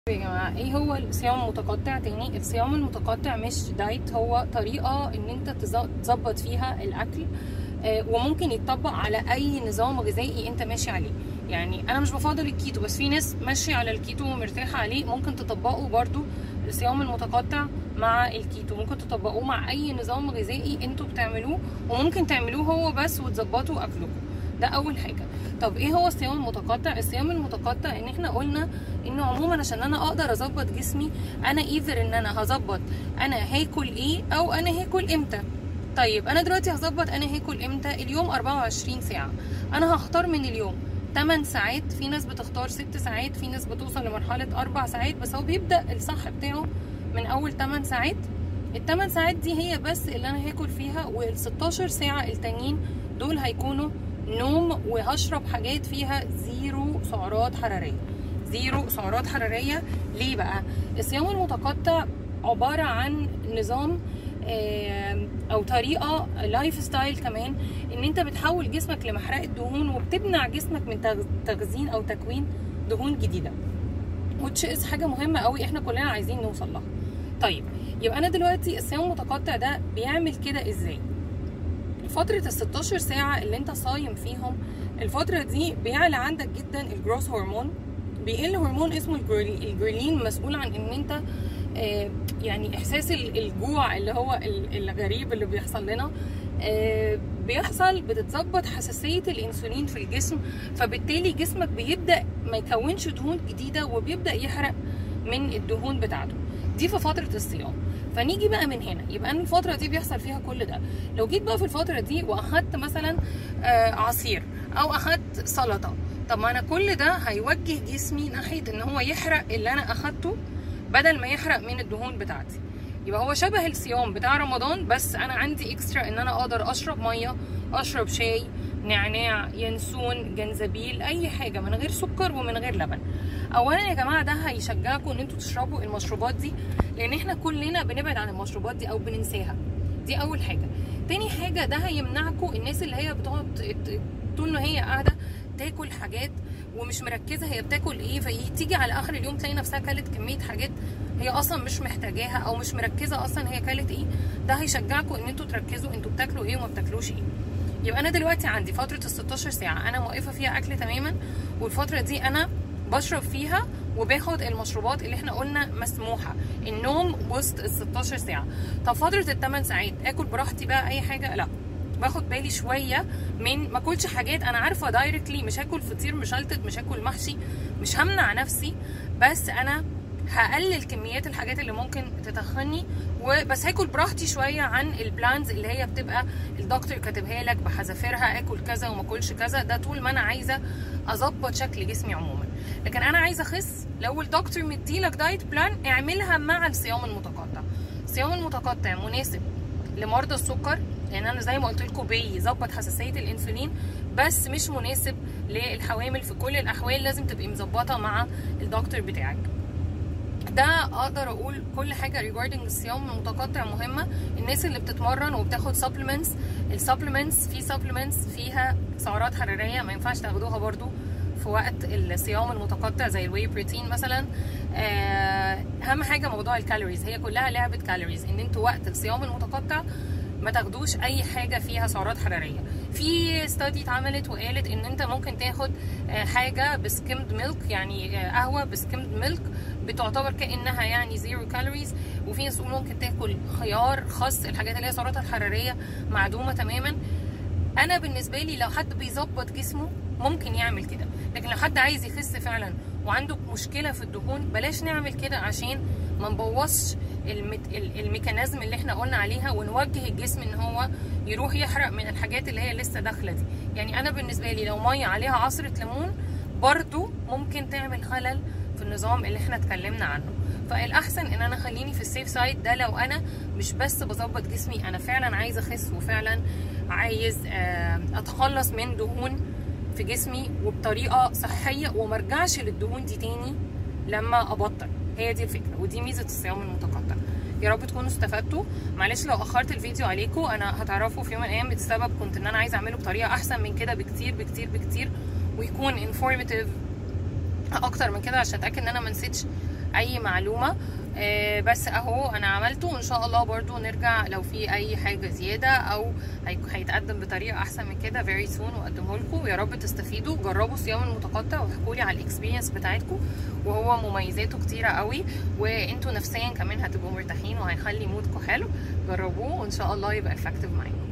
يا جماعه، ايه هو الصيام المتقطع؟ تاني، الصيام المتقطع مش دايت، هو طريقه ان انت تظبط فيها الاكل، وممكن يتطبق على اي نظام غذائي انت ماشي عليه. يعني انا مش بفضل الكيتو، بس في ناس ماشيه على الكيتو ومرتاحه عليه، ممكن تطبقوا برضو الصيام المتقطع مع الكيتو، ممكن تطبقوه مع اي نظام غذائي انتوا بتعملوه، وممكن تعملوه هو بس وتظبطوا اكلكم. ده اول حاجه. طب ايه هو الصيام المتقطع؟ الصيام المتقطع ان احنا قلنا انه عموما عشان انا اقدر اظبط جسمي، انا ايذر ان انا هظبط انا هاكل ايه او انا هاكل امتى. طيب انا دلوقتي هظبط انا هاكل امتى. اليوم 24 ساعه، انا هختار من اليوم 8 ساعات، في ناس بتختار 6 ساعات، في ناس بتوصل لمرحله 4 ساعات، بس هو بيبدا الصح بتاعه من اول 8 ساعات. ال8 ساعات دي هي بس اللي انا هاكل فيها، وال16 ساعه التانيين دول هيكونوا نوم، وهشرب حاجات فيها زيرو سعرات حراريه. زيرو سعرات حراريه. ليه بقى؟ الصيام المتقطع عباره عن نظام او طريقه لايف ستايل كمان، ان انت بتحول جسمك لمحرقه دهون، وبتمنع جسمك من تخزين او تكوين دهون جديده، which is حاجه مهمه قوي احنا كلنا عايزين نوصل لها. طيب يبقى انا دلوقتي الصيام المتقطع ده بيعمل كده ازاي؟ فترة ال16 ساعة اللي انت صايم فيهم، الفترة دي بيعلى عندك جدا الجروث هرمون، بيقل هرمون اسمه الجريلين، مسؤول عن ان انت يعني احساس الجوع اللي هو الغريب اللي بيحصل لنا، بتتظبط حساسية الانسولين في الجسم، فبالتالي جسمك بيبدأ ما يكونش دهون جديدة، وبيبدأ يحرق من الدهون بتاعته دي في فترة الصيام. فنيجي بقى من هنا، يبقى انا الفتره دي بيحصل فيها كل ده. لو جيت بقى في الفتره دي واخدت مثلا عصير او اخدت سلطه، طب ما انا كل ده هيوجه جسمي ناحيه ان هو يحرق اللي انا اخدته بدل ما يحرق من الدهون بتاعتي. يبقى هو شبه الصيام بتاع رمضان، بس انا عندي اكسترا ان انا اقدر اشرب ميه، اشرب شاي، نعناع، ينسون، جنزبيل، اي حاجه من غير سكر ومن غير لبن. اولا يا جماعه ده هيشجعكم ان انتوا تشربوا المشروبات دي، لان احنا كلنا بنبعد عن المشروبات دي او بننساها. دي اول حاجه. تاني حاجه، ده هيمنعكم الناس اللي هي بتقعد طول ما هي قاعده تاكل حاجات ومش مركزه هي بتاكل ايه، فتيجي على اخر اليوم تلاقي نفسها كلت كميه حاجات هي اصلا مش محتاجاها، او مش مركزه اصلا هي كلت ايه. ده هيشجعكم ان انتوا تركزوا انتوا بتاكلوا ايه وما بتاكلوش ايه. يبقى انا دلوقتي عندي فتره ال16 ساعه انا موقفه فيها اكل تماما، والفتره دي انا بشرب فيها وباخد المشروبات اللي احنا قلنا مسموحه، النوم وسط ال16 ساعه. طب فتره ال8 ساعات اكل براحتي بقى اي حاجه؟ لا، باخد بالي شويه من ما اكلش حاجات انا عارفه دايركتلي، مش هاكل فطير مشلتت، مش هاكل محشي، مش همنع نفسي، بس انا هقلل كميات الحاجات اللي ممكن تتخني، وبس هاكل براحتي شويه عن البلانز اللي هي بتبقى الدكتور كاتبها لك بحذافيرها، اكل كذا وما اكلش كذا. ده طول ما انا عايزه اظبط شكل جسمي عموما. لكن انا عايزه اخس، لو الدكتور مديلك دايت بلان اعملها مع الصيام المتقطع. الصيام المتقطع مناسب لمرضى السكر، لان انا زي ما قلت لكم بيظبط حساسيه الانسولين، بس مش مناسب للحوامل. في كل الاحوال لازم تبقي مظبطه مع الدكتور بتاعك. ده اقدر اقول كل حاجه ريجاردنج الصيام المتقطع مهمه. الناس اللي بتتمرن وبتاخد سبلمنتس، السبلمنتس في سبلمنتس فيها سعرات حراريه ما ينفعش تاخدوها برضو في وقت الصيام المتقطع، زي الواي بروتين مثلا. اهم حاجه موضوع الكالوريز، هي كلها لعبه كالوريز، ان انتوا وقت الصيام المتقطع ما تاخدوش اي حاجه فيها سعرات حراريه. في ستادي اتعملت وقالت ان انت ممكن تاخد حاجه بسكيمد ميلك، يعني قهوه بسكيمد ميلك بتعتبر كانها يعني زيرو كالوريز. وفي ناس ممكن تاكل خيار، خس، الحاجات اللي هي سعراتها الحراريه معدومه تماما. انا بالنسبه لي لو حد بيظبط جسمه ممكن يعمل كده، لكن لو حد عايز يخس فعلا وعنده مشكله في الدهون بلاش نعمل كده، عشان ما نبوظش الميكانيزم اللي احنا قلنا عليها، ونوجه الجسم ان هو يروح يحرق من الحاجات اللي هي لسه داخله دي. يعني انا بالنسبه لي لو ميه عليها عصره ليمون برضو ممكن تعمل خلل في النظام اللي احنا اتكلمنا عنه. فالاحسن ان انا خليني في السيف سايد. ده لو انا مش بس بظبط جسمي، انا فعلا عايزه اخس وفعلا عايز اتخلص من دهون في جسمي وبطريقه صحيه، ومرجعش للدهون دي تاني لما ابطل. هي دي الفكره، ودي ميزه الصيام المتقطع. يا رب تكونوا استفدتوا. معلش لو اخرت الفيديو عليكم، انا هتعرفوا في يوم من الايام السبب كنت ان انا عايزه اعمله بطريقه احسن من كده بكتير بكتير بكتير، ويكون انفورماتيف اكتر من كده، عشان اتاكد ان انا ما نسيتش اي معلومه. بس اهو انا عملته، وان شاء الله برضو نرجع لو في اي حاجه زياده او هيتقدم بطريقه احسن من كده very soon واقدمه لكم. ويا رب تستفيدوا، جربوا الصيام المتقطع واحكوا لي على الاكسبيرينس بتاعتكم، وهو مميزاته كتيره قوي، وانتوا نفسيا كمان هتبقوا مرتاحين وهيخلي مودكم حلو. جربوه وان شاء الله يبقى effective معاكم.